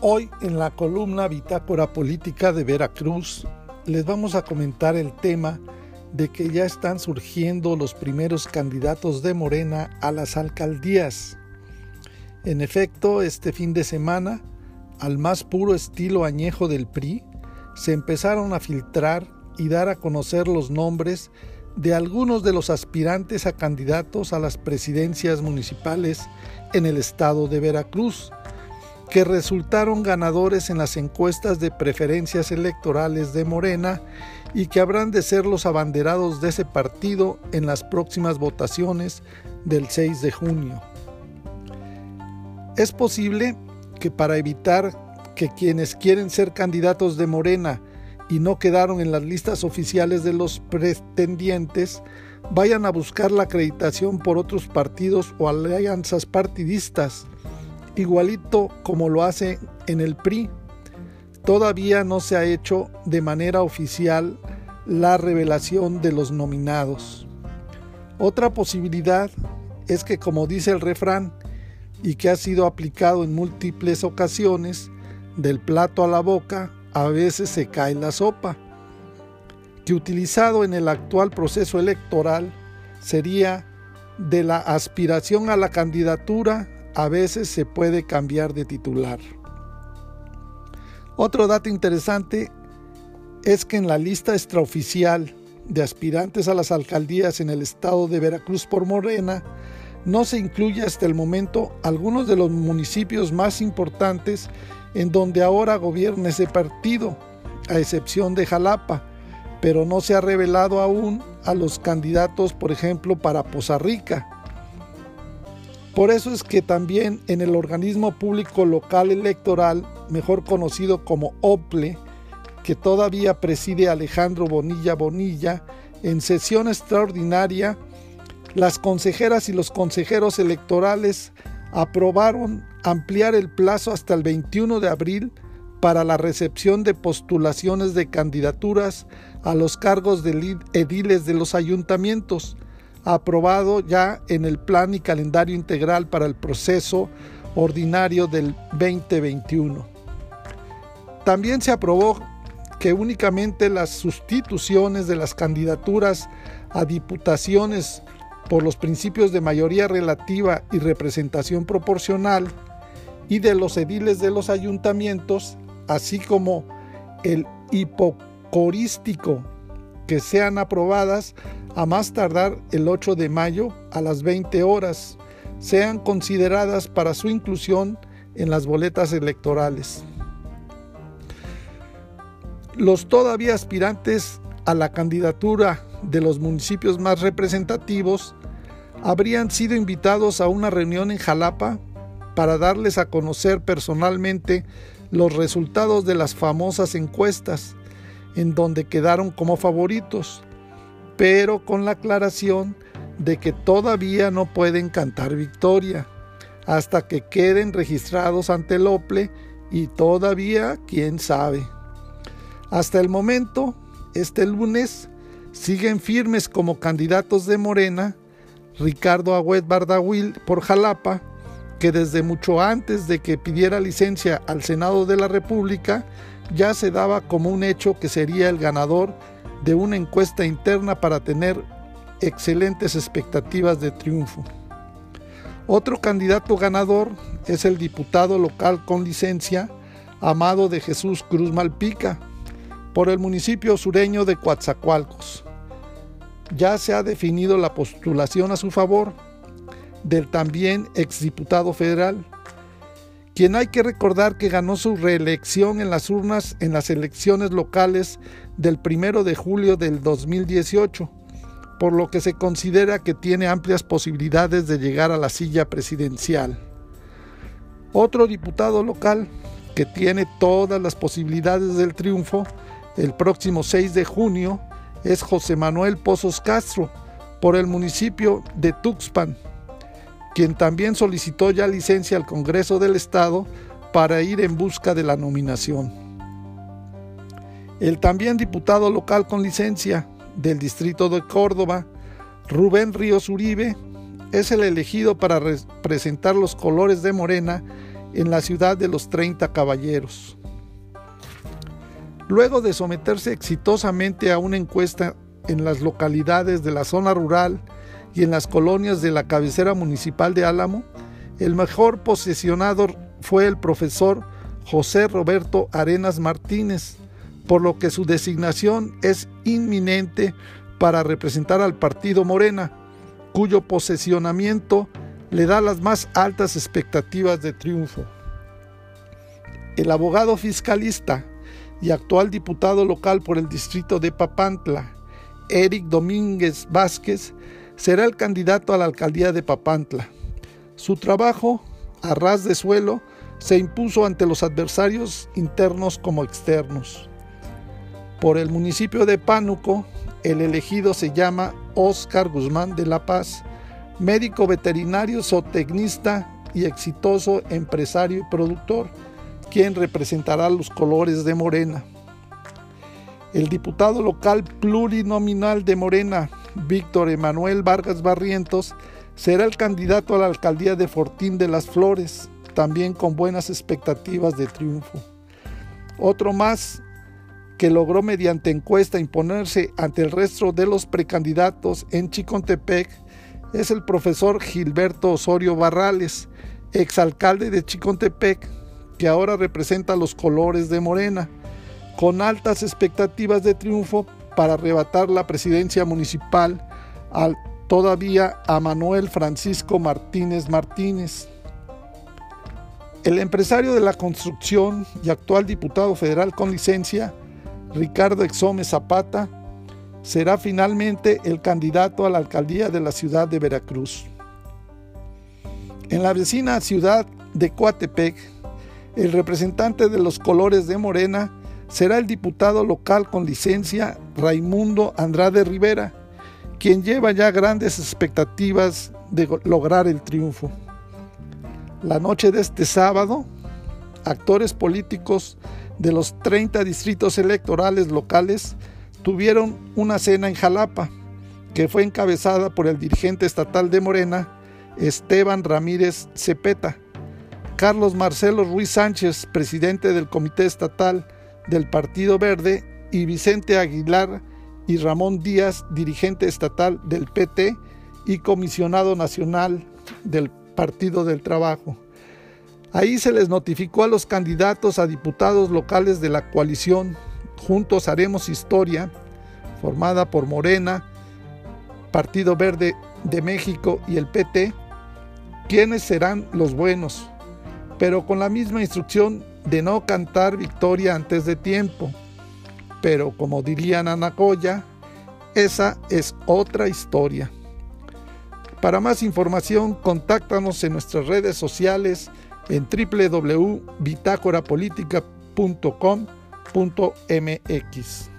Hoy en la columna Bitácora Política de Veracruz les vamos a comentar el tema de que ya están surgiendo los primeros candidatos de Morena a las alcaldías. En efecto, este fin de semana, al más puro estilo añejo del PRI, se empezaron a filtrar y dar a conocer los nombres de algunos de los aspirantes a candidatos a las presidencias municipales en el estado de Veracruz, que resultaron ganadores en las encuestas de preferencias electorales de Morena y que habrán de ser los abanderados de ese partido en las próximas votaciones del 6 de junio. Es posible que para evitar que quienes quieren ser candidatos de Morena y no quedaron en las listas oficiales de los pretendientes, vayan a buscar la acreditación por otros partidos o alianzas partidistas, igualito como lo hace en el PRI. Todavía no se ha hecho de manera oficial la revelación de los nominados. Otra posibilidad es que, como dice el refrán, y que ha sido aplicado en múltiples ocasiones, del plato a la boca a veces se cae la sopa, que utilizado en el actual proceso electoral sería de la aspiración a la candidatura a veces se puede cambiar de titular. Otro dato interesante es que en la lista extraoficial de aspirantes a las alcaldías en el estado de Veracruz por Morena no se incluye hasta el momento algunos de los municipios más importantes en donde ahora gobierna ese partido, a excepción de Jalapa, pero no se ha revelado aún a los candidatos, por ejemplo, para Poza Rica. Por eso es que también en el organismo público local electoral, mejor conocido como OPLE, que todavía preside Alejandro Bonilla, en sesión extraordinaria, las consejeras y los consejeros electorales aprobaron ampliar el plazo hasta el 21 de abril para la recepción de postulaciones de candidaturas a los cargos de ediles de los ayuntamientos, aprobado ya en el plan y calendario integral para el proceso ordinario del 2021. También se aprobó que únicamente las sustituciones de las candidaturas a diputaciones por los principios de mayoría relativa y representación proporcional y de los ediles de los ayuntamientos, así como el hipocorístico, que sean aprobadas a más tardar el 8 de mayo a las 20 horas, sean consideradas para su inclusión en las boletas electorales. Los todavía aspirantes a la candidatura de los municipios más representativos habrían sido invitados a una reunión en Jalapa para darles a conocer personalmente los resultados de las famosas encuestas, en donde quedaron como favoritos, pero con la aclaración de que todavía no pueden cantar victoria hasta que queden registrados ante el OPLE y todavía quién sabe. Hasta el momento, este lunes, siguen firmes como candidatos de Morena Ricardo Agüed Bardawil por Jalapa, que desde mucho antes de que pidiera licencia al Senado de la República ya se daba como un hecho que sería el ganador de una encuesta interna para tener excelentes expectativas de triunfo. Otro candidato ganador es el diputado local con licencia Amado de Jesús Cruz Malpica por el municipio sureño de Coatzacoalcos. Ya se ha definido la postulación a su favor del también exdiputado federal, quien hay que recordar que ganó su reelección en las urnas en las elecciones locales del 1 de julio del 2018, por lo que se considera que tiene amplias posibilidades de llegar a la silla presidencial. Otro diputado local que tiene todas las posibilidades del triunfo el próximo 6 de junio es José Manuel Pozos Castro, por el municipio de Tuxpan, quien también solicitó ya licencia al Congreso del Estado para ir en busca de la nominación. El también diputado local con licencia del Distrito de Córdoba, Rubén Ríos Uribe, es el elegido para representar los colores de Morena en la ciudad de los 30 caballeros. Luego de someterse exitosamente a una encuesta en las localidades de la zona rural y en las colonias de la cabecera municipal de Álamo, el mejor posicionado fue el profesor José Roberto Arenas Martínez, por lo que su designación es inminente para representar al partido Morena, cuyo posicionamiento le da las más altas expectativas de triunfo. El abogado fiscalista y actual diputado local por el distrito de Papantla, Eric Domínguez Vázquez, será el candidato a la alcaldía de Papantla. Su trabajo, a ras de suelo, se impuso ante los adversarios internos como externos. Por el municipio de Pánuco, el elegido se llama Óscar Guzmán de la Paz, médico veterinario, zootecnista y exitoso empresario y productor, quien representará los colores de Morena. El diputado local plurinominal de Morena, Víctor Emanuel Vargas Barrientos, será el candidato a la alcaldía de Fortín de las Flores, también con buenas expectativas de triunfo. Otro más que logró mediante encuesta imponerse ante el resto de los precandidatos en Chicontepec es el profesor Gilberto Osorio Barrales, exalcalde de Chicontepec, que ahora representa los colores de Morena, con altas expectativas de triunfo para arrebatar la presidencia municipal todavía a Manuel Francisco Martínez Martínez. El empresario de la construcción y actual diputado federal con licencia, Ricardo Exome Zapata, será finalmente el candidato a la alcaldía de la ciudad de Veracruz. En la vecina ciudad de Coatepec, el representante de los colores de Morena será el diputado local con licencia Raimundo Andrade Rivera, quien lleva ya grandes expectativas de lograr el triunfo. La noche de este sábado, actores políticos de los 30 distritos electorales locales tuvieron una cena en Jalapa, que fue encabezada por el dirigente estatal de Morena, Esteban Ramírez Cepeta, Carlos Marcelo Ruiz Sánchez, presidente del Comité Estatal del Partido Verde, y Vicente Aguilar y Ramón Díaz, dirigente estatal del PT y comisionado nacional del Partido del Trabajo. Ahí se les notificó a los candidatos a diputados locales de la coalición Juntos Haremos Historia, formada por Morena, Partido Verde de México y el PT, quiénes serán los buenos, pero con la misma instrucción de no cantar victoria antes de tiempo. Pero como dirían Anacoya, esa es otra historia. Para más información, contáctanos en nuestras redes sociales en www.bitácorapolítica.com.mx.